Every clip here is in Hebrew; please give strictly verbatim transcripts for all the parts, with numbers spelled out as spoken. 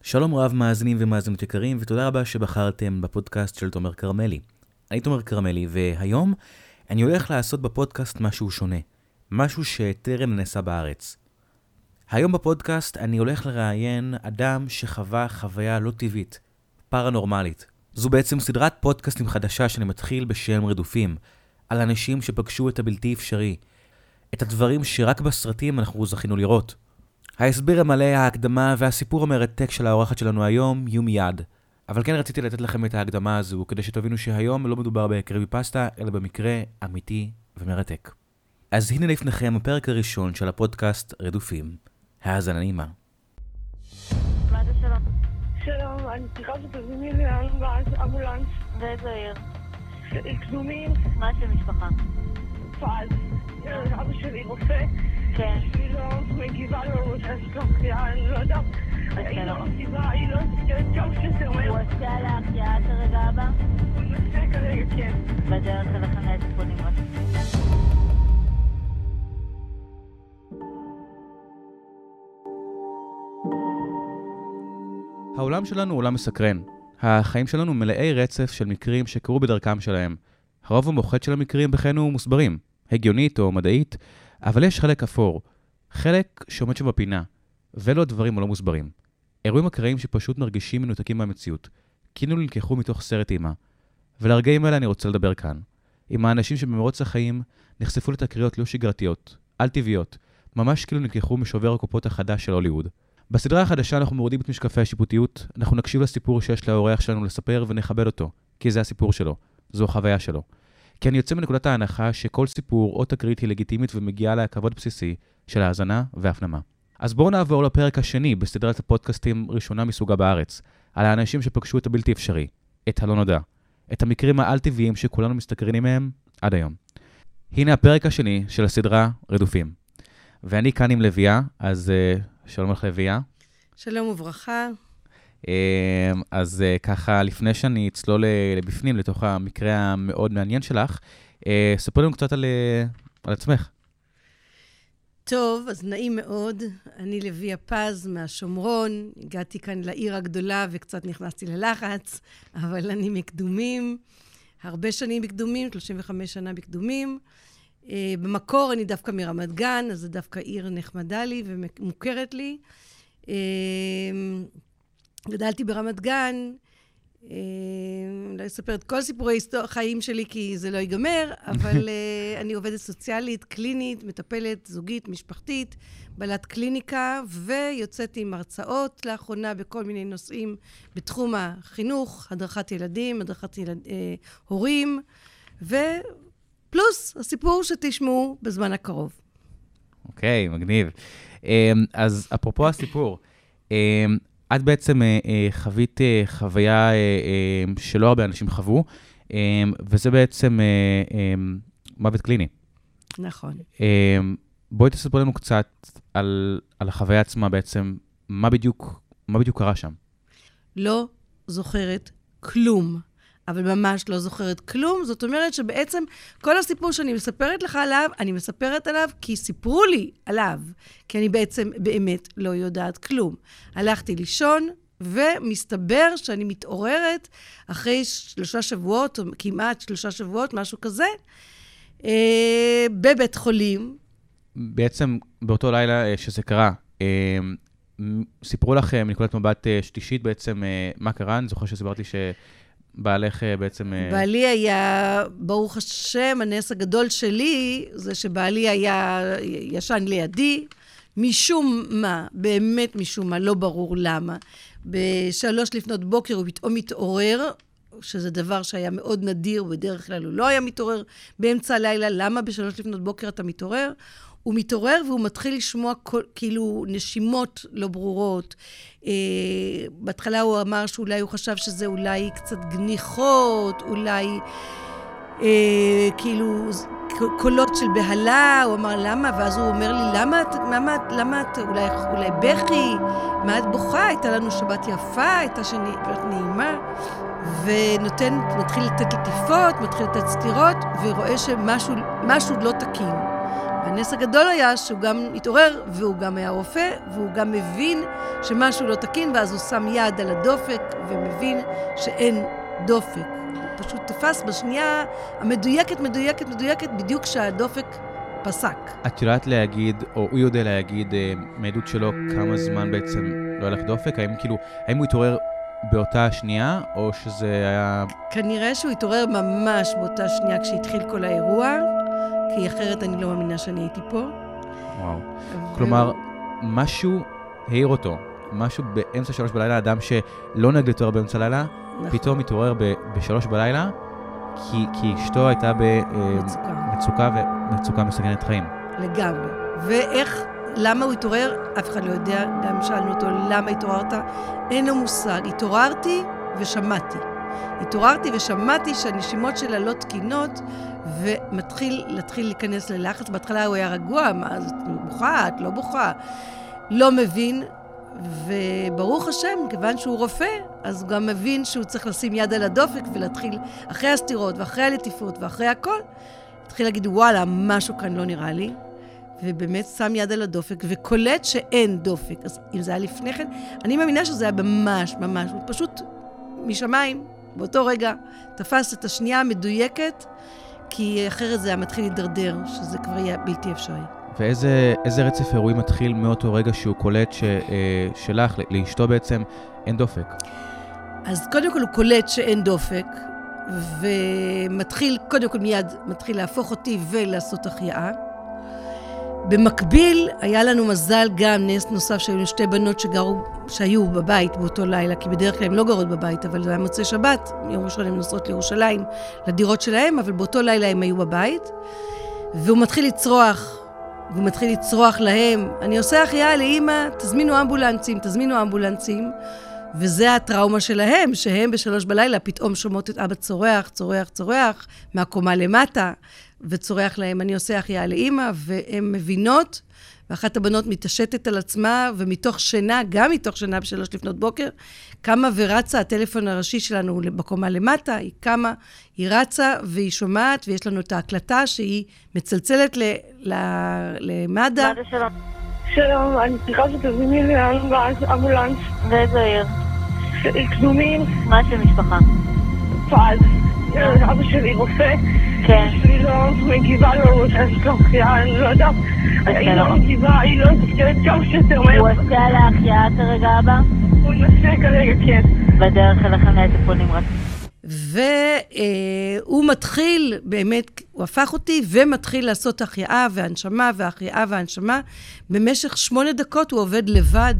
שלום רב מאזינים ומאזינות יקרים, ותודה רבה שבחרתם בפודקאסט של תומר קרמלי. אני תומר קרמלי, והיום אני הולך לעשות בפודקאסט משהו שונה. משהו שטרם נעשה בארץ. היום בפודקאסט אני הולך לראיין אדם שחווה חוויה לא טבעית, פרנורמלית. זו בעצם סדרת פודקאסטים חדשה שאני מתחיל בשם רדופים, על אנשים שפגשו את הבלתי אפשרי, את הדברים שרק בסרטים אנחנו זכינו לראות. ההסבר המלא, ההקדמה והסיפור המרתק של האורחת שלנו היום יהיו מיד. אבל כן רציתי לתת לכם את ההקדמה הזו, כדי שתבינו שהיום לא מדובר בקריפיפסטה, אלא במקרה אמיתי ומרתק. אז הנה לפניכם הפרק הראשון של הפודקאסט רדופים. האזנה נעימה. מה זה שלום? שלום, אני צריכה שתזמיני לי לאמבולנס, אמבולנס. באיזו עיר? קדומים. מה השם משפחה? פז. אבא שלי רופא. כן. היא לא מגיבה לו, יש לו קריאה, אני לא יודעת. היא לא מגיבה, היא לא מסתכלת טוב שזה אומר. הוא עושה לה החייאה כרגע אבא? הוא מנסה כרגע, כן. בדרך אליכם לטיפול נמרץ. העולם שלנו הוא עולם מסקרן. החיים שלנו מלאי רצף של מקרים שקרו בדרכם שלהם. הרוב המוחץ של המקרים בכנו מוסברים, הגיונית או מדעית, אבל יש חלק אפור, חלק שעומד שם בפינה, ואלו הדברים הלא מוסברים. אירועים אקראיים שפשוט מרגישים מנותקים מהמציאות, כאילו נלקחו מתוך סרט אימה. ולרגעים האלה אני רוצה לדבר כאן, עם האנשים שבמרוץ החיים נחשפו לתקריות לא שגרתיות, על טבעיות, ממש כאילו נלקחו משובר הקופות החדש של הוליווד. בסדרה החדשה אנחנו מורידים את משקפי השיפוטיות, אנחנו נקשיב לסיפור שיש לאורח שלנו לספר ונכבד אותו, כי זה הסיפור שלו, זו החוויה שלו. כי אני יוצא מנקודת ההנחה שכל סיפור או תקרית היא לגיטימית ומגיעה לה כבוד בסיסי של האזנה והפנמה. אז בואו נעבור לפרק השני בסדרת הפודקאסטים ראשונה מסוגה בארץ, על האנשים שפגשו את הבלתי אפשרי, את הלא נודע, את המקרים העל-טבעיים שכולנו מסתקרנים מהם עד היום. הנה הפרק השני של הסדרה רדופים. ואני כאן עם לוויה, אז שלום לך לוויה. שלום וברכה. אז ככה, לפני שאני אצלול לבפנים, לתוך המקרה המאוד מעניין שלך, ספר לנו קצת על, על עצמך. טוב, אז נעים מאוד. אני לוויה פז מהשומרון. הגעתי כאן לעיר הגדולה וקצת נכנסתי ללחץ, אבל אני מקדומים. הרבה שנים בקדומים, שלושים וחמש שנה בקדומים. במקור אני דווקא מרמת גן, אז זה דווקא עיר נחמדה לי ומוכרת לי. גדלתי ברמת גן, לא אספר את כל סיפורי החיים שלי כי זה לא ייגמר, אבל אני עובדת סוציאלית, קלינית, מטפלת, זוגית, משפחתית, בעלת קליניקה, ויוצאת עם הרצאות לאחרונה בכל מיני נושאים בתחום החינוך, הדרכת ילדים, הדרכת ילד, הורים, ופלוס הסיפור שתשמעו בזמן הקרוב. אוקיי, מגניב. אז אפרופו הסיפור, את בעצם חווית חוויה שלא הרבה אנשים חוו, וזה בעצם מוות קליני. נכון. בואי תספר לנו קצת על, על החוויה עצמה בעצם, מה בדיוק, מה בדיוק קרה שם? לא זוכרת כלום, אבל ממש לא זוכרת כלום. זאת אומרת שבעצם כל הסיפור שאני מספרת לך עליו, אני מספרת עליו כי סיפרו לי עליו, כי אני בעצם באמת לא יודעת כלום. הלכתי לישון, ומסתבר שאני מתעוררת אחרי שלושה שבועות, או כמעט שלושה שבועות, משהו כזה, אה, בבית חולים. בעצם באותו לילה שזה קרה, אה, סיפרו לך מנקודת מבט שלישית בעצם מה קרה? אני זוכר שסיפרת לי ש... בעלך בעצם... בעלי היה, ברוך השם, הנס הגדול שלי, זה שבעלי היה ישן לידי, משום מה, באמת משום מה, לא ברור למה. בשלוש לפנות בוקר הוא פתאום מתעורר, שזה דבר שהיה מאוד נדיר, בדרך כלל הוא לא היה מתעורר באמצע הלילה. למה בשלוש לפנות בוקר אתה מתעורר? הוא מתעורר והוא מתחיל לשמוע כל, כאילו נשימות לא ברורות. אה, בהתחלה הוא אמר שאולי הוא חשב שזה אולי קצת גניחות, אולי אה, כאילו קולות של בהלה. הוא אמר למה? ואז הוא אומר לי, למה את, למה, למה את, אולי, אולי בכי? מה את בוכה? הייתה לנו שבת יפה, הייתה שבת נעימה. ונותן, מתחיל לתת לטיפות, מתחיל לתת סתירות, ורואה שמשהו משהו לא תקין. והנס הגדול היה שהוא גם התעורר, והוא גם היה רופא, והוא גם מבין שמשהו לא תקין, ואז הוא שם יד על הדופק, ומבין שאין דופק. הוא פשוט תפס בשנייה המדויקת, מדויקת, מדויקת, בדיוק כשהדופק פסק. את יודעת להגיד, או הוא יודע להגיד, מעדות שלו, כמה זמן בעצם לא הלך דופק? האם כאילו, האם הוא התעורר באותה השנייה, או שזה היה... כנראה שהוא התעורר ממש באותה שנייה כשהתחיל כל האירוע, כי אחרת אני לא מאמינה שאני הייתי פה. וואו. כלומר, משהו העיר אותו. משהו באמצע שלוש בלילה, אדם שלא נהג להתעורר באמצע לילה, פתאום מתעורר בשלוש בלילה, כי אשתו הייתה במצוקה ומצוקה מסכנת חיים. לגמרי. ואיך, למה הוא התעורר? אף אחד לא יודע. גם שאלנו אותו למה התעוררת. אין לו מושג. התעוררתי ושמעתי. התעוררתי ושמעתי שהנשימות שלה לא תקינות, ומתחיל להתחיל להיכנס ללחץ. בהתחלה הוא היה רגוע, מה, את בוכה, את לא בוכה. לא מבין, וברוך השם, כיוון שהוא רופא, אז הוא גם מבין שהוא צריך לשים יד על הדופק ולהתחיל, אחרי הסתירות ואחרי הלטיפות ואחרי הכל, התחיל להגיד, וואלה, משהו כאן לא נראה לי, ובאמת שם יד על הדופק וקולט שאין דופק. אז אם זה היה לפני כן, אני מאמינה שזה היה ממש, ממש, הוא פשוט משמיים, באותו רגע, תפס את השנייה המדויקת, כי אחרת זה היה מתחיל להידרדר, שזה כבר יהיה בלתי אפשרי. ואיזה איזה רצף אירועים מתחיל מאותו רגע שהוא קולט ש, אה, שלך, לאשתו בעצם, אין דופק? אז קודם כל הוא קולט שאין דופק, ומתחיל, קודם כל מיד מתחיל להפוך אותי ולעשות החייאה. במקביל היה לנו מזל גם נס נוסף שהיו שתי בנות שגרו, שהיו בבית באותו לילה, כי בדרך כלל הם לא גרות בבית, אבל זה היה מוצאי שבת, יום ראשון הם נוסעות לירושלים, לדירות שלהם, אבל באותו לילה הם היו בבית, והוא מתחיל לצרוח, והוא מתחיל לצרוח להם, אני עושה החייאה לאמא, תזמינו אמבולנסים, תזמינו אמבולנסים, וזה הטראומה שלהם, שהם בשלוש בלילה פתאום שומעות את אבא צורח, צורח, צורח, מהקומה למטה, וצורח להם, אני עושה החייאה לאמא, והן מבינות, ואחת הבנות מתעשתת על עצמה, ומתוך שינה, גם מתוך שינה בשלוש לפנות בוקר, קמה ורצה, הטלפון הראשי שלנו בקומה למטה, היא קמה, היא רצה, והיא שומעת, ויש לנו את ההקלטה שהיא מצלצלת ל- ל- למד"א. מד"א שלום. שלום, אני צריכה שתזמיני לי אמבולנס. ואיזו עיר? קדומים. מה של משפחה? פז. אבא שלי רופא. כן. היא לא מגיבה לו, יש לו החייאה, אני לא יודעת. היא לא מגיבה, היא לא מתפקדת כמה שיותר מהר. הוא עושה לה החייאה כרגע, אבא? הוא מנסה כרגע, כן. בדרך אליכם לטיפול נמרץ. והוא מתחיל, באמת, הוא הפך אותי ומתחיל לעשות החייאה והנשמה והחייאה והנשמה. במשך שמונה דקות הוא עובד לבד.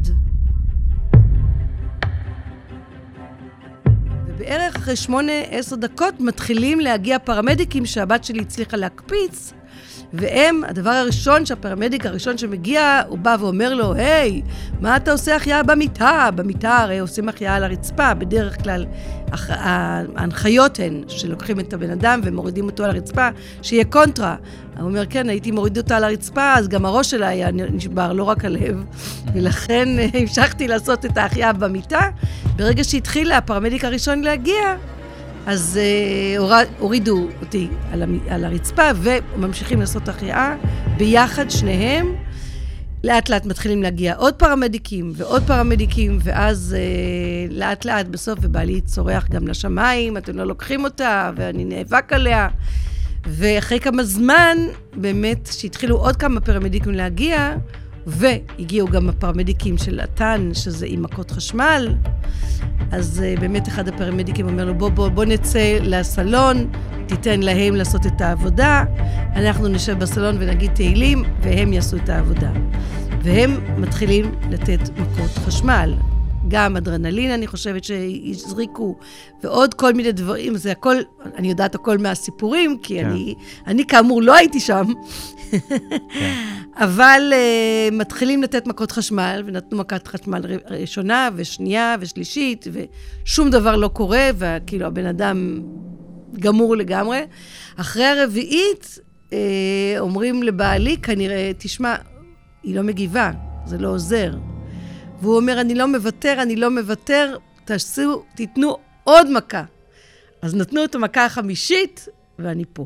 ובערך אחרי שמונה, עשר דקות מתחילים להגיע פרמדיקים שהבת שלי הצליחה להקפיץ, והם, הדבר הראשון שהפרמדיק הראשון שמגיע, הוא בא ואומר לו, היי, מה אתה עושה החייאה במיטה? במיטה הרי עושים החייאה על הרצפה, בדרך כלל ההנחיות הן שלוקחים את הבן אדם ומורידים אותו על הרצפה, שיהיה קונטרה. הוא אומר, כן, הייתי מוריד אותה על הרצפה, אז גם הראש שלה היה נשבר, לא רק הלב, ולכן המשכתי לעשות את ההחייאה במיטה. ברגע שהתחילה הפרמדיק הראשון להגיע, אז uh, הורידו אותי על, המ... על הרצפה, וממשיכים לעשות החייאה ביחד שניהם. לאט לאט מתחילים להגיע עוד פרמדיקים ועוד פרמדיקים, ואז uh, לאט לאט בסוף, ובעלי צורח גם לשמיים, אתם לא לוקחים אותה, ואני נאבק עליה. ואחרי כמה זמן, באמת, שהתחילו עוד כמה פרמדיקים להגיע, והגיעו גם הפרמדיקים של עתן, שזה עם מכות חשמל, אז uh, באמת אחד הפרמדיקים אומר לו, בוא, בוא, בוא נצא לסלון, תיתן להם לעשות את העבודה, אנחנו נשב בסלון ונגיד תהילים, והם יעשו את העבודה. והם מתחילים לתת מכות חשמל. גם אדרנלין, אני חושבת שיזריקו, ועוד כל מיני דברים, זה הכל, אני יודעת הכל מהסיפורים, כי כן. אני, אני כאמור לא הייתי שם, כן. אבל uh, מתחילים לתת מכות חשמל, ונתנו מכת חשמל ראשונה ושנייה ושלישית, ושום דבר לא קורה, וכאילו הבן אדם גמור לגמרי. אחרי הרביעית, uh, אומרים לבעלי, כנראה, תשמע, היא לא מגיבה, זה לא עוזר. והוא אומר, אני לא מוותר, אני לא מוותר, תעשו, תיתנו עוד מכה. אז נתנו את המכה החמישית, ואני פה.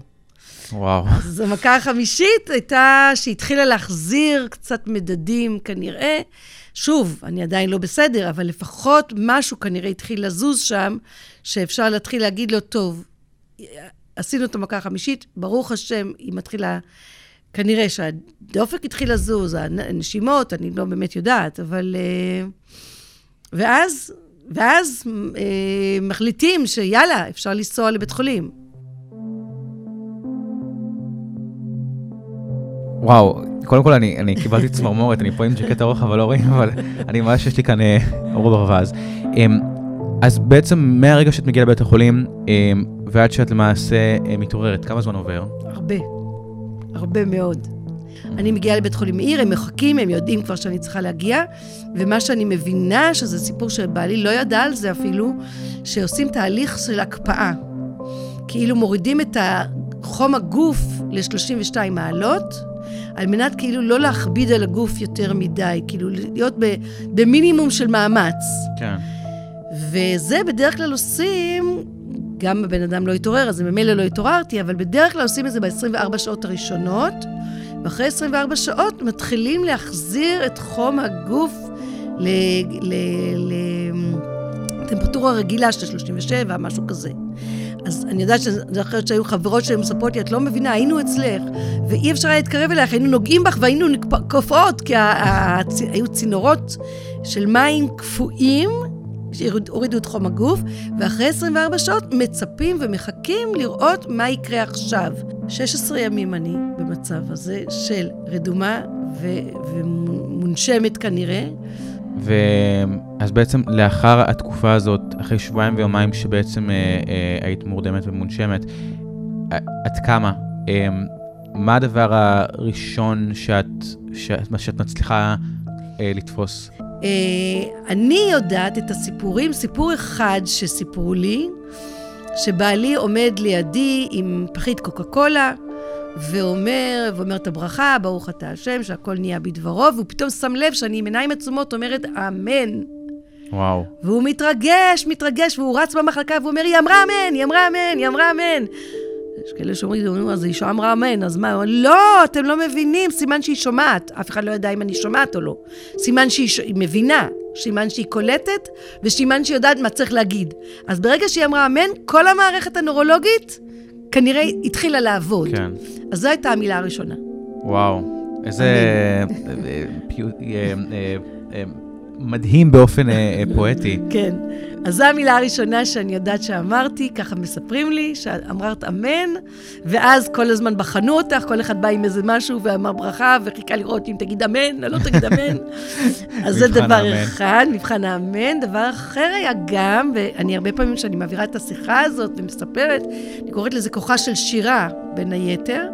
וואו. אז המכה החמישית הייתה שהתחילה להחזיר קצת מדדים כנראה. שוב, אני עדיין לא בסדר, אבל לפחות משהו כנראה התחיל לזוז שם, שאפשר להתחיל להגיד לו, טוב, עשינו את המכה החמישית, ברוך השם, היא מתחילה, כנראה שהדופק התחיל לזוז, הנשימות, אני לא באמת יודעת, אבל... ואז, ואז מחליטים שיאללה, אפשר לנסוע לבית חולים. וואו, קודם כל אני, אני קיבלתי צמרמורת, אני פה עם ג'קט ארוך, אבל לא רואים, אבל אני ממש שיש לי כאן אור ברווז. אז בעצם מהרגע שאת מגיעה לבית החולים, ועד שאת למעשה מתעוררת, כמה זמן עובר? הרבה, הרבה מאוד. אני מגיעה לבית חולים מאיר, הם מחכים, הם יודעים כבר שאני צריכה להגיע, ומה שאני מבינה, שזה סיפור שבעלי לא ידע על זה אפילו, שעושים תהליך של הקפאה. כאילו מורידים את חום הגוף ל-שלושים ושתיים מעלות, על מנת כאילו לא להכביד על הגוף יותר מדי, כאילו להיות במינימום של מאמץ. כן. וזה בדרך כלל עושים, גם הבן אדם לא התעורר, אז ממילא לא התעוררתי, אבל בדרך כלל עושים את זה ב-עשרים וארבע שעות הראשונות, ואחרי עשרים וארבע שעות מתחילים להחזיר את חום הגוף לטמפרטורה רגילה של שלושים ושבע, משהו כזה. אז אני יודעת שאחרת שהיו חברות שהן מספרות לי, את לא מבינה, היינו אצלך, ואי אפשר היה להתקרב אליך, היינו נוגעים בך והיינו קופאות, כי היו צינורות של מים קפואים, שהורידו את חום הגוף, ואחרי עשרים וארבע שעות מצפים ומחכים לראות מה יקרה עכשיו. שש עשרה ימים אני במצב הזה של רדומה ומונשמת כנראה. ואז בעצם לאחר התקופה הזאת, אחרי שבועיים ויומיים שבעצם אה, אה, היית מורדמת ומונשמת, עד כמה? אה, מה הדבר הראשון שאת, שאת, שאת מצליחה אה, לתפוס? אה, אני יודעת את הסיפורים, סיפור אחד שסיפרו לי, שבעלי עומד לידי עם פחית קוקה קולה, ואומר, ואומר את הברכה, ברוך אתה השם, שהכל נהיה בדברו, והוא פתאום שם לב שאני עם עיניים עצומות אומרת, אמן. וואו. והוא מתרגש, מתרגש, והוא רץ במחלקה, והוא אומר, היא אמרה אמן, היא אמרה אמן, היא אמרה אמן. יש כאלה שאומרים, אז אישה אמרה אמן, אז מה? לא, אתם לא מבינים, סימן שהיא שומעת. אף אחד לא יודע אם אני שומעת או לא. סימן שהיא ש... מבינה, סימן שהיא קולטת, וסימן שהיא יודעת מה צריך להגיד. אז ברגע שהיא אמרה אמן, כל המערכת הנורולוגית כנראה התחילה לעבוד. כן. אז זו הייתה המילה הראשונה. וואו, איזה מדהים באופן פואטי. כן. אז זו המילה הראשונה שאני יודעת שאמרתי, ככה מספרים לי, שאמרת אמן, ואז כל הזמן בחנו אותך, כל אחד בא עם איזה משהו ואמר ברכה, וחיכה לראות אם תגיד אמן, או לא תגיד אמן. אז זה דבר אחד, מבחן האמן. דבר אחר היה גם, ואני הרבה פעמים שאני מעבירה את השיחה הזאת ומספרת, אני קוראת לזה כוחה של שירה, בין היתר,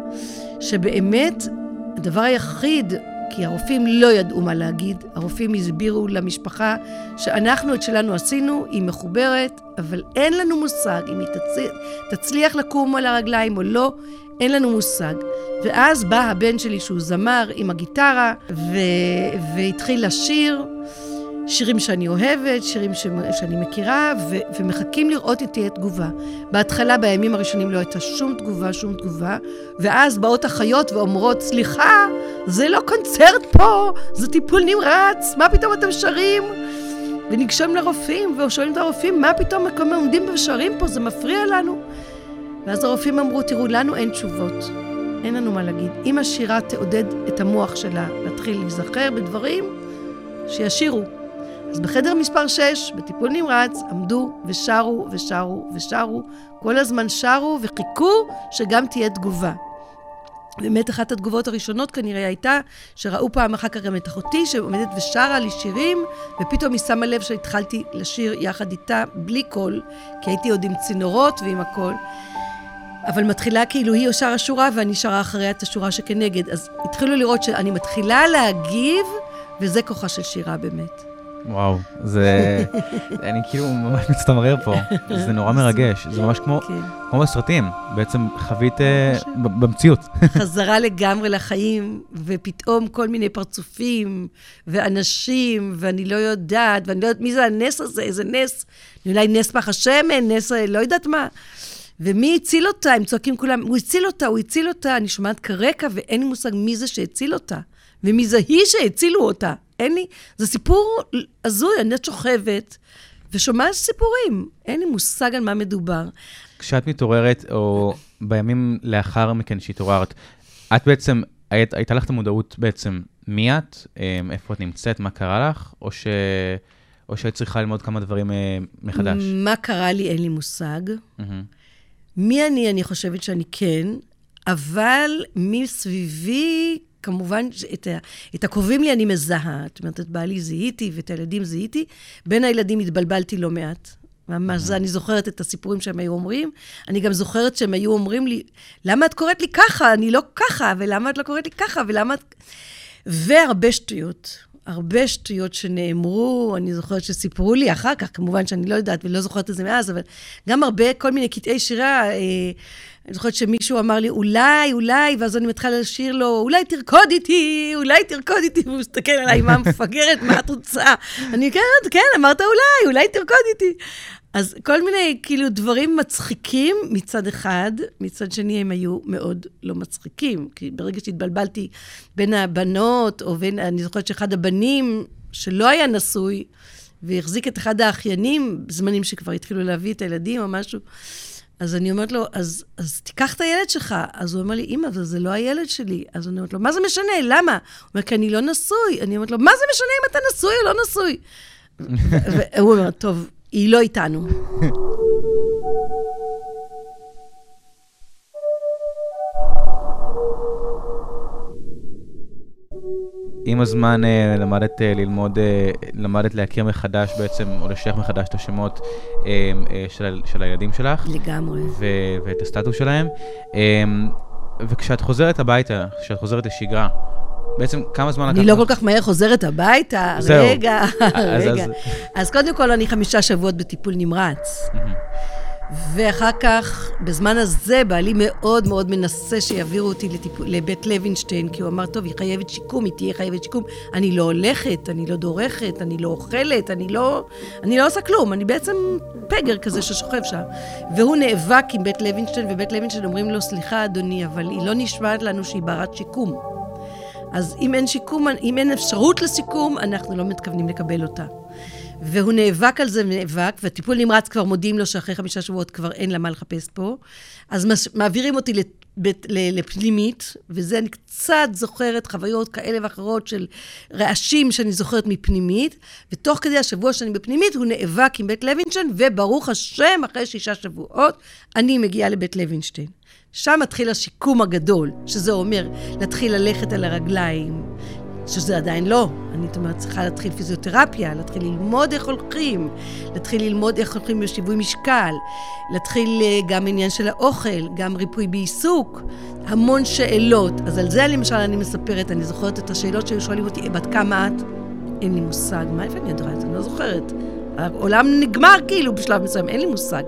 שבאמת הדבר היחיד, כי הרופאים לא ידעו מה להגיד, הרופאים הסבירו למשפחה שאנחנו את שלנו עשינו, היא מחוברת, אבל אין לנו מושג אם היא תצליח, תצליח לקום על הרגליים או לא, אין לנו מושג. ואז בא הבן שלי שהוא זמר עם הגיטרה, ו... והתחיל לשיר, שירים שאני אוהבת, שירים ש... שאני מכירה, ו... ומחכים לראות אם תהיה תגובה. בהתחלה, בימים הראשונים לא הייתה שום תגובה, שום תגובה, ואז באות החיות ואומרות, סליחה, זה לא קונצרט פה, זה טיפול נמרץ, מה פתאום אתם שרים? וניגשים לרופאים, ושואלים את הרופאים, מה פתאום הם עומדים ושרים פה, זה מפריע לנו. ואז הרופאים אמרו, תראו, לנו אין תשובות, אין לנו מה להגיד. אם השירה תעודד את המוח שלה להתחיל להיזכר בדברים, שישירו. אז בחדר מספר שש, בטיפול נמרץ, עמדו ושרו ושרו ושרו, כל הזמן שרו וחיכו שגם תהיה תגובה. באמת אחת התגובות הראשונות כנראה הייתה, שראו פעם אחר כך גם את אחותי, שעומדת ושרה לי שירים, ופתאום היא שמה לב שהתחלתי לשיר יחד איתה בלי קול, כי הייתי עוד עם צינורות ועם הכל. אבל מתחילה כאילו היא שרה שורה, ואני שרה אחריה את השורה שכנגד. אז התחילו לראות שאני מתחילה להגיב, וזה כוחה של שירה באמת. וואו, זה... אני כאילו ממש מצטמרר פה. זה נורא מרגש. זה ממש כמו, כמו בסרטים. בעצם חווית במציאות. חזרה לגמרי לחיים, ופתאום כל מיני פרצופים, ואנשים, ואני לא יודעת, ואני לא יודעת מי זה הנס הזה, איזה נס. אולי נס פח השמן, נס לא יודעת מה. ומי הציל אותה? הם צועקים כולם, הוא הציל אותה, הוא הציל אותה. אני שומעת כרקע, ואין לי מושג מי זה שהציל אותה. ומי זה היא שהצילו אותה. אין לי, זה סיפור הזוי, אני את שוכבת, ושומעת סיפורים. אין לי מושג על מה מדובר. כשאת מתעוררת, או בימים לאחר מכן שהתעוררת, את בעצם, היית, הייתה לך את המודעות בעצם מי את, איפה את נמצאת, מה קרה לך, או, ש, או שהיית צריכה ללמוד כמה דברים מחדש? מה קרה לי, אין לי מושג. Mm-hmm. מי אני, אני חושבת שאני כן, אבל מסביבי, כמובן, את, ה, את הקרובים לי אני מזהה. זאת אומרת, את בעלי זיהיתי ואת הילדים זיהיתי. בין הילדים התבלבלתי לא מעט. ממש זה, אני זוכרת את הסיפורים שהם היו אומרים. אני גם זוכרת שהם היו אומרים לי, למה את קוראת לי ככה? אני לא ככה, ולמה את לא קוראת לי ככה? ולמה את... והרבה שטויות. הרבה שטויות שנאמרו, אני זוכרת שסיפרו לי אחר כך, כמובן שאני לא יודעת ולא זוכרת את זה מאז, אבל גם הרבה, כל מיני קטעי שירה, אה, אני זוכרת שמישהו אמר לי, אולי, אולי, ואז אני מתחילה לשיר לו, אולי תרקוד איתי, אולי תרקוד איתי, והוא מסתכל עליי, מה מפגרת, מה את רוצה? אני כן, כן, אמרת אולי, אולי תרקוד איתי. אז כל מיני, כאילו, דברים מצחיקים מצד אחד, מצד שני הם היו מאוד לא מצחיקים, כי ברגע שהתבלבלתי בין הבנות, או בין, אני זוכרת שאחד הבנים, שלא היה נשוי, והחזיק את אחד האחיינים, בזמנים שכבר התחילו להביא את הילדים או משהו, אז אני אומרת לו, אז, אז תיקח את הילד שלך. אז הוא אומר לי, אמא, אבל זה לא הילד שלי. אז אני אומרת לו, מה זה משנה? למה? הוא אומר, כי אני לא נשוי. אני אומרת לו, מה זה משנה אם אתה נשוי או לא נשוי? והוא אומר, טוב, היא לא איתנו. עם הזמן למדת ללמוד, למדת להכיר מחדש בעצם, או לשייך מחדש את השמות של, של הילדים שלך. לגמרי. ו- ואת הסטטוס שלהם. וכשאת חוזרת הביתה, כשאת חוזרת לשגרה, בעצם כמה זמן... אני לא כל כך מהר חוזרת הביתה. זהו. רגע, אז, רגע. אז... אז קודם כל אני חמישה שבועות בטיפול נמרץ. ואחר כך, בזמן הזה, בעלי מאוד מאוד מנסה שיעבירו אותי לטיפול, לבית לוינשטיין, כי הוא אמר, טוב, היא חייבת שיקום, היא תהיה חייבת שיקום. אני לא הולכת, אני לא דורכת, אני לא אוכלת, אני לא, אני לא עושה כלום. אני בעצם פגר כזה ששוכב שם. והוא נאבק עם בית לוינשטיין, ובית לוינשטיין אומרים לו, סליחה, אדוני, אבל היא לא נשמעת לנו שהיא ברת שיקום. אז אם אין שיקום, אם אין אפשרות לסיכום, אנחנו לא מתכוונים לקבל אותה. והוא נאבק על זה ונאבק, והטיפול נמרץ כבר מודיעים לו שאחרי חמישה שבועות כבר אין לה מה לחפש פה, אז מעבירים אותי לפנימית, וזה אני קצת זוכרת חוויות כאלה ואחרות של רעשים שאני זוכרת מפנימית, ותוך כדי השבוע שאני בפנימית, הוא נאבק עם בית לוינשטיין, וברוך השם, אחרי שישה שבועות, אני מגיעה לבית לוינשטיין. שם מתחיל השיקום הגדול, שזה אומר להתחיל ללכת על הרגליים, שזה עדיין לא. אני אומרת, צריכה להתחיל פיזיותרפיה, להתחיל ללמוד איך הולכים, להתחיל ללמוד איך הולכים בשיווי משקל, להתחיל גם עניין של האוכל, גם ריפוי בעיסוק, המון שאלות. אז על זה למשל אני מספרת, אני זוכרת את השאלות שהיו שואלים אותי, בת כמה את? אין לי מושג, מה איפה אני יודעת? אני לא זוכרת. העולם נגמר כאילו בשלב מסוים, אין לי מושג.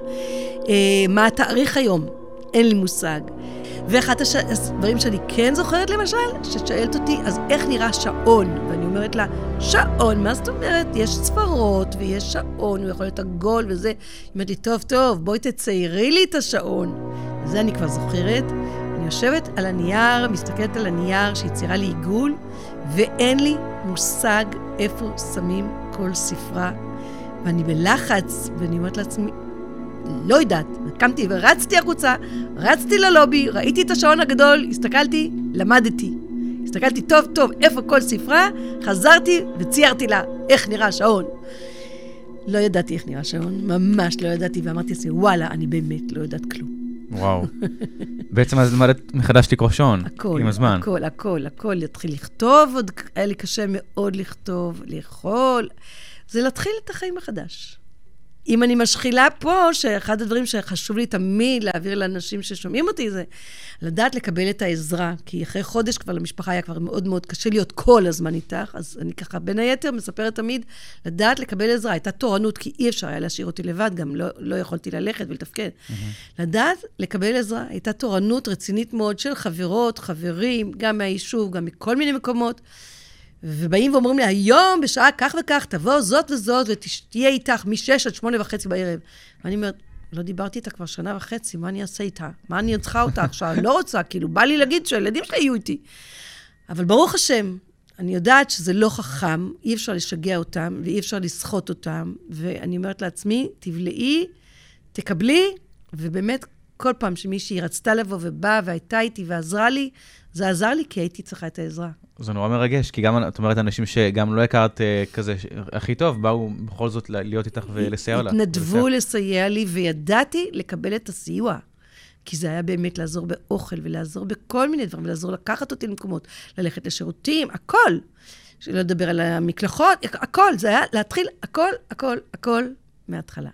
מה התאריך היום? אין לי מושג. ואחת הדברים שאני כן זוכרת למשל, ששאלת אותי, אז איך נראה שעון? ואני אומרת לה, שעון, מה זאת אומרת? יש ספרות ויש שעון, הוא יכול להיות עגול וזה. היא אומרת לי, טוב, טוב, בואי תציירי לי את השעון. וזה אני כבר זוכרת. אני יושבת על הנייר, מסתכלת על הנייר שיצירה לי עיגול, ואין לי מושג איפה שמים כל ספרה. ואני בלחץ, ואני אומרת לעצמי, לא יודעת, קמתי ורצתי החוצה, רצתי ללובי, ראיתי את השעון הגדול, הסתכלתי, למדתי. הסתכלתי טוב טוב איפה כל ספרה, חזרתי וציירתי לה איך נראה השעון. לא ידעתי איך נראה שעון, ממש לא ידעתי, ואמרתי לעצמי, וואלה, אני באמת לא יודעת כלום. וואו. בעצם אז למדת מחדש לקרוא שעון, עם הזמן. הכל, הכל, הכל, להתחיל לכתוב, עוד היה לי קשה מאוד לכתוב, לאכול. זה להתחיל את החיים מחדש. אם אני משחילה פה, שאחד הדברים שחשוב לי תמיד להעביר לאנשים ששומעים אותי, זה לדעת לקבל את העזרה, כי אחרי חודש כבר למשפחה היה כבר מאוד מאוד קשה להיות כל הזמן איתך, אז אני ככה בין היתר מספרת תמיד, לדעת לקבל עזרה. הייתה תורנות, כי אי אפשר היה להשאיר אותי לבד, גם לא, לא יכולתי ללכת ולתפקד. Mm-hmm. לדעת לקבל עזרה, הייתה תורנות רצינית מאוד של חברות, חברים, גם מהיישוב, גם מכל מיני מקומות, ובאים ואומרים לי, היום בשעה כך וכך, תבוא זאת וזאת, ותהיה איתך משש עד שמונה וחצי בערב. ואני אומרת, לא דיברתי איתה כבר שנה וחצי, מה אני אעשה איתה? מה אני צריכה אותה עכשיו? לא רוצה, כאילו, בא לי להגיד שהילדים שלי יהיו איתי. אבל ברוך השם, אני יודעת שזה לא חכם, אי אפשר לשגע אותם, ואי אפשר לסחוט אותם, ואני אומרת לעצמי, תבלעי, תקבלי, ובאמת, כל פעם שמישהי רצתה לבוא ובאה והייתה איתי ועזרה לי, זה עזר לי כי הייתי צריכה את העזרה. זה נורא מרגש, כי גם, את אומרת, אנשים שגם לא הכרת כזה הכי טוב, באו בכל זאת להיות איתך ולסייע לה. התנדבו לסייע לי, וידעתי לקבל את הסיוע. כי זה היה באמת לעזור באוכל, ולעזור בכל מיני דברים, ולעזור לקחת אותי למקומות, ללכת לשירותים, הכל. שלא לדבר על המקלחות, הכל. זה היה להתחיל הכל, הכל, הכל מההתחלה.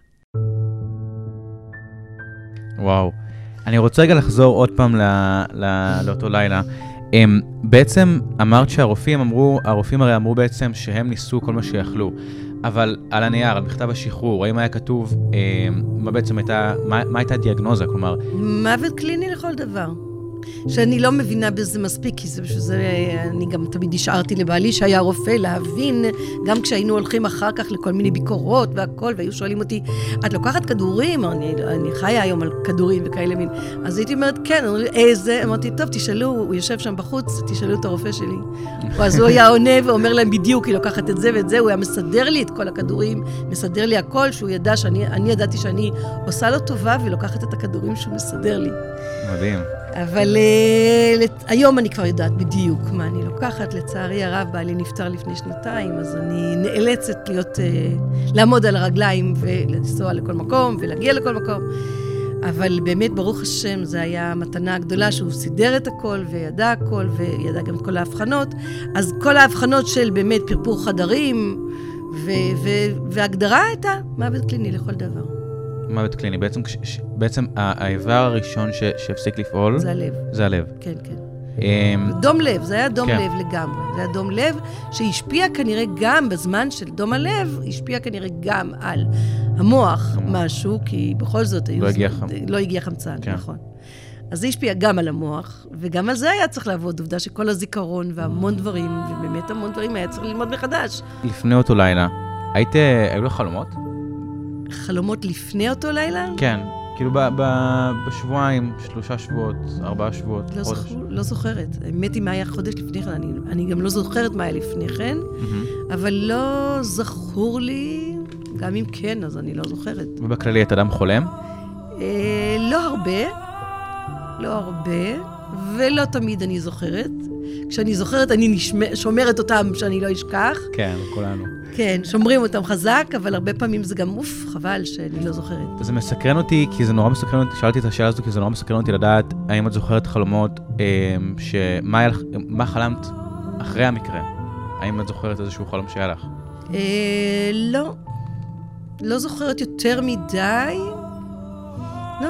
וואו. אני רוצה רגע לחזור עוד פעם לא, לא, לאותו לילה. הם, בעצם אמרת שהרופאים אמרו, הרופאים הרי אמרו בעצם שהם ניסו כל מה שיכלו. אבל על הנייר, על מכתב השחרור, האם היה כתוב, אה, מה בעצם הייתה, מה, מה הייתה הדיאגנוזה? כלומר... מוות קליני לכל דבר. שאני לא מבינה בזה מספיק, כי זה, שזה, אני גם תמיד השארתי לבעלי שהיה רופא להבין, גם כשהיינו הולכים אחר כך לכל מיני ביקורות והכל, והיו שואלים אותי, את לוקחת כדורים? אני, אני חיה היום על כדורים וכאלה מין. אז הייתי אומרת, כן, אמרו לי, איזה? אמרתי, טוב, תשאלו, הוא יושב שם בחוץ, תשאלו את הרופא שלי. אז הוא היה עונה ואומר להם בדיוק, היא לוקחת את זה ואת זה, הוא היה מסדר לי את כל הכדורים, מסדר לי הכל, שהוא ידע שאני, אני ידעתי שאני עושה לו טובה ולוקחת את הכדורים שהוא מסדר לי. מדהים. אבל uh, היום אני כבר יודעת בדיוק מה אני לוקחת. לצערי הרב, בעלי נפטר לפני שנתיים, אז אני נאלצת להיות, uh, לעמוד על הרגליים ולנסוע לכל מקום ולהגיע לכל מקום. אבל באמת, ברוך השם, זה היה מתנה גדולה שהוא סידר את הכל וידע הכל וידע גם את כל ההבחנות. אז כל ההבחנות של באמת פרפור חדרים ו- ו- והגדרה הייתה מוות קליני לכל דבר. מוות קליני, בעצם, ש, בעצם האיבר הראשון ש, שהפסיק לפעול... זה הלב. זה הלב. כן, כן. Um, דום לב, זה היה דום כן. לב לגמרי. זה היה דום לב שהשפיע כנראה גם בזמן של דום הלב, השפיע כנראה גם על המוח משהו, כי בכל זאת... לא הגיע חמצן. לא הגיע חמצן, כן. נכון. אז זה השפיע גם על המוח, וגם על זה היה צריך לעבוד. עובדה שכל הזיכרון והמון דברים, ובאמת המון דברים היה צריך ללמוד מחדש. לפני אותו לילה, היית, היו לך חלומות? חלומות לפני אותו לילה? כן, כאילו ב- ב- בשבועיים, שלושה שבועות, ארבעה שבועות, לא, חודש. זכור, לא זוכרת. האמת היא מה היה חודש לפני כן, אני, אני גם לא זוכרת מה היה לפני כן, Mm-hmm. אבל לא זכור לי, גם אם כן, אז אני לא זוכרת. ובכללי, את אדם חולם? אה, לא הרבה, לא הרבה, ולא תמיד אני זוכרת. כשאני זוכרת, אני נשמע, שומרת אותם שאני לא אשכח. כן, כולנו. כן, שומרים אותם חזק, אבל הרבה פעמים זה גם אוף, חבל שאני לא זוכרת. זה מסקרן אותי, כי זה נורא מסקרן אותי, שאלתי את השאלה הזו, כי זה נורא מסקרן אותי לדעת, האם את זוכרת חלומות, שמה היה לך, מה חלמת אחרי המקרה? האם את זוכרת איזשהו חלום שהיה לך? אה, לא. לא זוכרת יותר מדי. לא.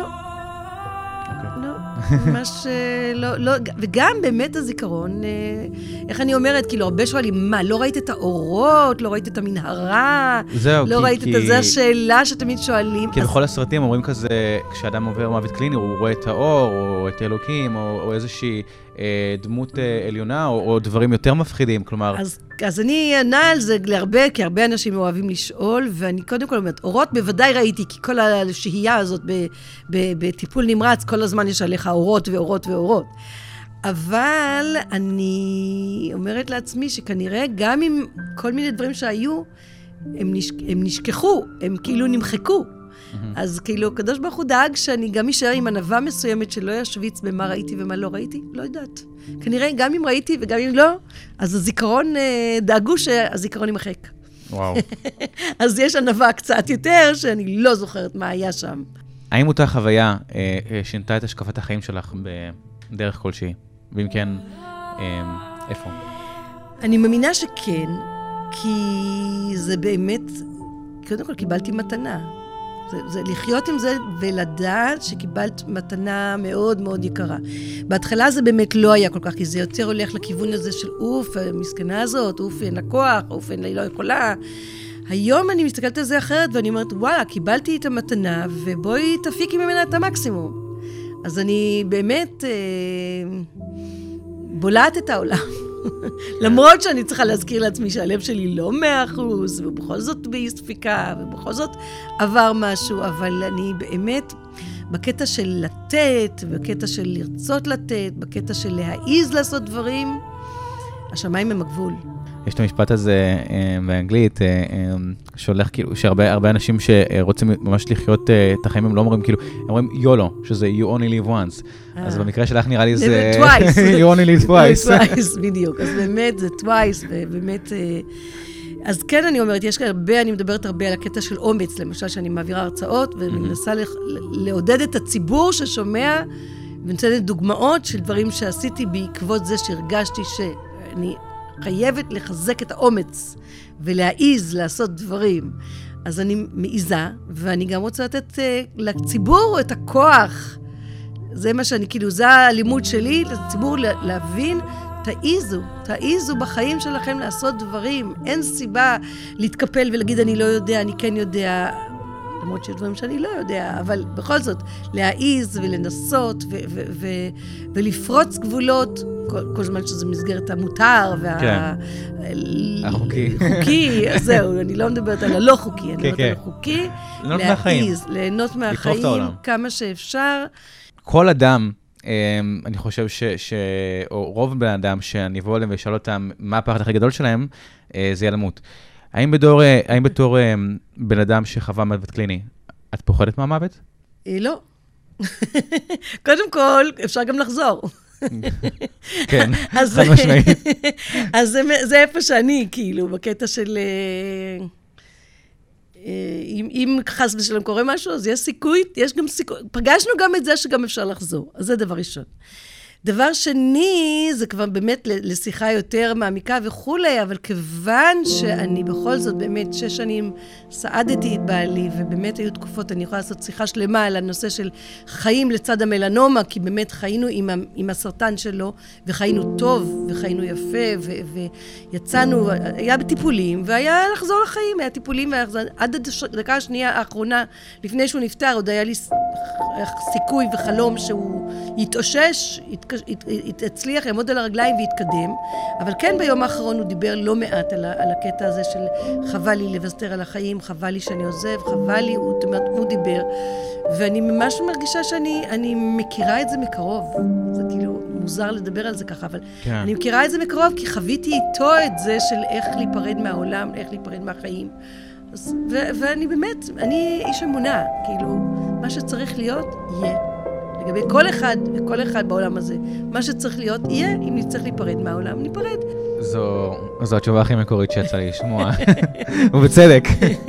לא. ממש לא, לא, וגם באמת הזיכרון, איך אני אומרת, כאילו, הרבה שואלים, מה, לא ראית את האורות, לא ראית את המנהרה, זהו, לא כי, ראית כי... את זה השאלה שתמיד שואלים. כי אז... בכל הסרטים אומרים כזה, כשאדם עובר מוות קליני, הוא רואה את האור, או את אלוקים, או, או איזושהי אה, דמות אה, עליונה, או, או דברים יותר מפחידים, כלומר... אז, אז אני ענה על זה להרבה, כי הרבה אנשים אוהבים לשאול, ואני קודם כל אומרת, אורות בוודאי ראיתי, כי כל השהייה הזאת ב, ב, בטיפול נמרץ, כל הזמן יש עליך אורות ואורות ואורות. אבל אני אומרת לעצמי שכנראה גם עם כל מיני דברים שהיו, הם, נש, הם נשכחו, הם כאילו נמחקו. אז כאילו, הקדוש ברוך הוא דאג שאני גם אשאר עם ענווה מסוימת שלא ישוויץ במה ראיתי ומה לא ראיתי, לא יודעת. כנראה גם אם ראיתי וגם אם לא, אז הזיכרון, דאגו שהזיכרון יימחק. וואו. אז יש ענווה קצת יותר שאני לא זוכרת מה היה שם. האם אותה חוויה אה, אה, שינתה את השקפת החיים שלך בדרך כלשהי? ואם כן, אה, איפה? אני מאמינה שכן, כי זה באמת, קודם כל קיבלתי מתנה. זה, זה לחיות עם זה ולדעת שקיבלת מתנה מאוד מאוד יקרה. בהתחלה זה באמת לא היה כל כך, כי זה יותר הולך לכיוון הזה של אוף, המסכנה הזאת, אוף, אין לה כוח, אוף, אין לה, היא לא יכולה. היום אני מסתכלת על זה אחרת ואני אומרת, וואלה, קיבלתי את המתנה ובואי תפיקי ממנה את המקסימום. אז אני באמת אה, בולעת את העולם. למרות שאני צריכה להזכיר לעצמי שהלב שלי לא מאה אחוז, ובכל זאת באי ספיקה, ובכל זאת עבר משהו, אבל אני באמת, בקטע של לתת, בקטע של לרצות לתת, בקטע של להעיז לעשות דברים, השמיים הם הגבול. יש את המשפט הזה באנגלית, שהולך כאילו, שהרבה הרבה אנשים שרוצים ממש לחיות את החיים, הם לא אומרים כאילו, הם אומרים יולו, שזה you only live once. אז במקרה שלך נראה לי זה... twice. you only live twice. twice, בדיוק. אז באמת זה twice, ובאמת... אז כן, אני אומרת, יש הרבה, אני מדברת הרבה על הקטע של אומץ, למשל, שאני מעבירה הרצאות, ואני מנסה לעודד את הציבור ששומע, ונותנת דוגמאות של דברים שעשיתי בעקבות זה שהרגשתי שאני חייבת לחזק את האומץ, ולהעיז לעשות דברים. אז אני מעיזה, ואני גם רוצה לתת לציבור את הכוח. זה מה שאני, כאילו, זה הלימוד שלי, לציבור להבין, תעיזו, תעיזו בחיים שלכם לעשות דברים. אין סיבה להתקפל ולהגיד, אני לא יודע, אני כן יודע, למרות שיש דברים שאני לא יודע, אבל בכל זאת, להעיז ולנסות ו- ו- ו- ולפרוץ גבולות, כל, כל זמן שזה מסגרת המותר וה... כן. החוקי. חוקי, אז זהו, אני לא מדברת על הלא חוקי, אני מדברת כן. על החוקי. ליהנות מהחיים. להעיז, ליהנות מהחיים, כמה שאפשר. כל אדם, אני חושב ש... ש... או רוב בן אדם שאני אבוא אליהם וישאל אותם מה הפחד הכי גדול שלהם, זה יהיה למות. האם בתור, האם בתור בן אדם שחווה מוות קליני, את פוחדת מהמוות? לא. קודם כל, אפשר גם לחזור. כן, חד משמעית. אז זה, זה איפה שאני, כאילו, בקטע של... אם, אם חס ושלום קורה משהו, אז יש סיכוי, יש גם סיכוי, פגשנו גם את זה שגם אפשר לחזור. אז זה דבר ראשון. דבר שני, זה כבר באמת לשיחה יותר מעמיקה וכולי, אבל כיוון שאני בכל זאת באמת שש שנים סעדתי את בעלי, ובאמת היו תקופות, אני יכולה לעשות שיחה שלמה על הנושא של חיים לצד המלנומה, כי באמת חיינו עם, עם הסרטן שלו, וחיינו טוב, וחיינו יפה, ו, ויצאנו, היה בטיפולים, והיה לחזור לחיים, היה טיפולים, עד הדקה השנייה האחרונה, לפני שהוא נפטר, עוד היה לי סיכוי וחלום שהוא יתאושש, הצליח לעמוד על הרגליים והתקדם, אבל כן ביום האחרון הוא דיבר לא מעט על, על הקטע הזה של חבל לי לווסתר על החיים, חבל לי שאני עוזב, חבל לי, הוא, הוא דיבר, ואני ממש מרגישה שאני אני מכירה את זה מקרוב. זה כאילו מוזר לדבר על זה ככה, אבל כן. אני מכירה את זה מקרוב, כי חוויתי איתו את זה של איך להיפרד מהעולם, איך להיפרד מהחיים. אז, ו- ואני באמת, אני איש אמונה, כאילו, מה שצריך להיות, יהיה. לגבי כל אחד וכל אחד בעולם הזה, מה שצריך להיות, יהיה, אם נצטרך להיפרד מהעולם, ניפרד. זו, זו התשובה הכי מקורית שיצא לי לשמוע, ובצדק.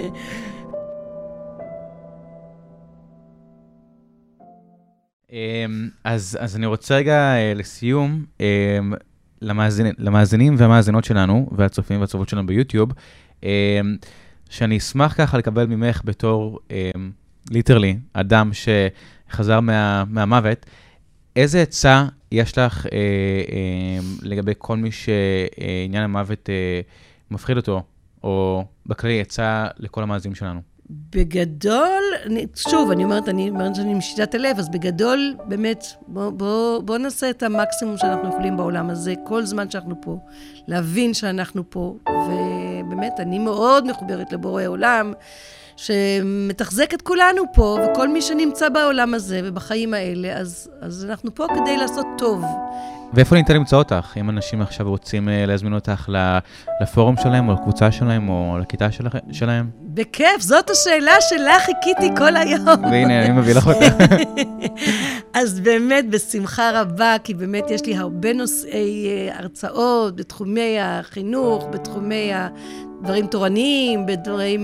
אז, אז אני רוצה רגע לסיום, למאזינים, למאזינים והמאזינות שלנו, והצופים והצופות שלנו ביוטיוב, שאני אשמח ככה לקבל ממך בתור, ליטרלי, אדם שחזר מה, מהמוות, איזה עצה יש לך אה, אה, לגבי כל מי שעניין המוות אה, מפחיד אותו, או בכלי עצה לכל המאזינים שלנו? בגדול, אני, שוב, אני אומרת, אני אומרת שאני משיטת הלב, אז בגדול, באמת, בוא, בוא, בוא נעשה את המקסימום שאנחנו יכולים בעולם הזה, כל זמן שאנחנו פה, להבין שאנחנו פה, ובאמת, אני מאוד מחוברת לבורא עולם, שמתחזק את כולנו פה, וכל מי שנמצא בעולם הזה ובחיים האלה, אז, אז אנחנו פה כדי לעשות טוב. ואיפה ניתן למצוא אותך? אם אנשים עכשיו רוצים להזמין אותך לפורום שלהם, או לקבוצה שלהם, או לכיתה שלהם? בכיף, זאת השאלה שלה חיכיתי כל היום. והנה, אני מביא לך אותה. אז באמת, בשמחה רבה, כי באמת יש לי הרבה נושאי הרצאות, בתחומי החינוך, בתחומי הדברים תורניים, בדברים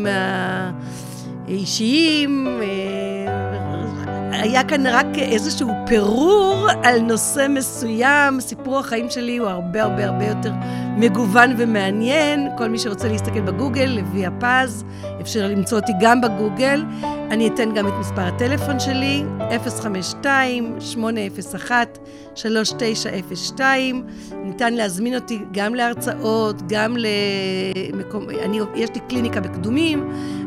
האישיים, היה כאן רק איזשהו פירור על נושא מסוים. סיפור החיים שלי הוא הרבה הרבה הרבה יותר מגוון ומעניין. כל מי שרוצה להסתכל בגוגל, לוי הפז, אפשר למצוא אותי גם בגוגל. אני אתן גם את מספר הטלפון שלי, אפס חמש שתיים שמונה אפס אחת שלוש תשע אפס שתיים. ניתן להזמין אותי גם להרצאות, גם למקום, אני, יש לי קליניקה בקדומים,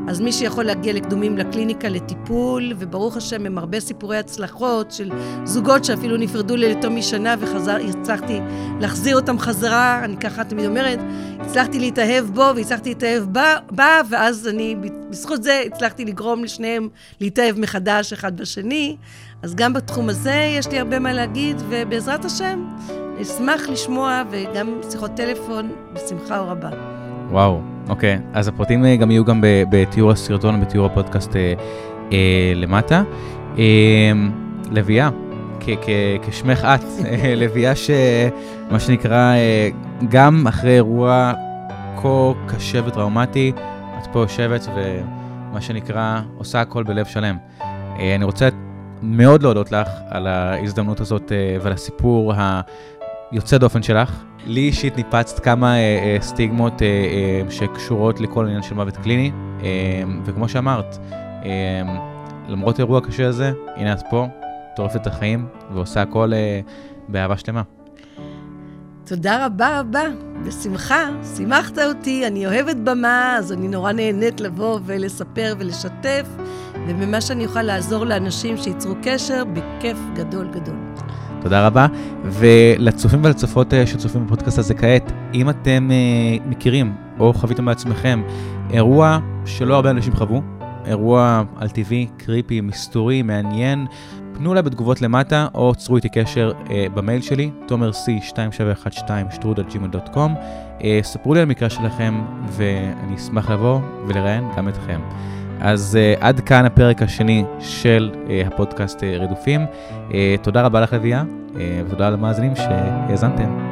אז מי שיכול להגיע לקדומים לקליניקה לטיפול, וברוך השם הם הרבה סיפורי הצלחות של זוגות שאפילו נפרדו לתום משנה וחזר, הצלחתי להחזיר אותם חזרה, אני ככה תמיד אומרת, הצלחתי להתאהב בו והצלחתי להתאהב בה, בה, ואז אני בזכות זה הצלחתי לגרום לשניהם להתאהב מחדש אחד בשני, אז גם בתחום הזה יש לי הרבה מה להגיד, ובעזרת השם אשמח לשמוע, וגם שיחות טלפון בשמחה רבה. וואו, אוקיי. אז הפרטים גם יהיו גם בתיאור הסרטון, בתיאור הפודקאסט אה, אה, למטה. אה, לביאה, כשמך את, לביאה שמה שנקרא, אה, גם אחרי אירוע כה קשה וטראומטי, את פה יושבת ומה שנקרא, עושה הכל בלב שלם. אה, אני רוצה מאוד להודות לך על ההזדמנות הזאת אה, ועל הסיפור ה... יוצא דופן שלך. לי אישית ניפצת כמה אה, אה, סטיגמות אה, אה, שקשורות לכל עניין של מוות קליני, אה, וכמו שאמרת, אה, למרות האירוע הקשה הזה, הנה את פה, טורפת את החיים, ועושה הכל אה, באהבה שלמה. תודה רבה רבה, בשמחה, שימחת אותי, אני אוהבת במה, אז אני נורא נהנית לבוא ולספר ולשתף, ובמה שאני אוכל לעזור לאנשים שיצרו קשר, בכיף גדול גדול. תודה רבה, ולצופים ולצופות שצופים בפודקאסט הזה כעת, אם אתם מכירים או חוויתם בעצמכם אירוע שלא הרבה אנשים חוו, אירוע על טבעי, קריפי, מסתורי, מעניין, פנו לה בתגובות למטה או צרו איתי קשר במייל שלי, תומר סי שתיים שבע אחת שתיים שטרודל ג'ימייל דוט קום, ספרו לי על המקרה שלכם ואני אשמח לבוא ולראיין גם אתכם. אז uh, עד כאן הפרק השני של uh, הפודקאסט uh, רדופים. Uh, תודה רבה לך לביאה, uh, ותודה למאזינים שהאזנתם.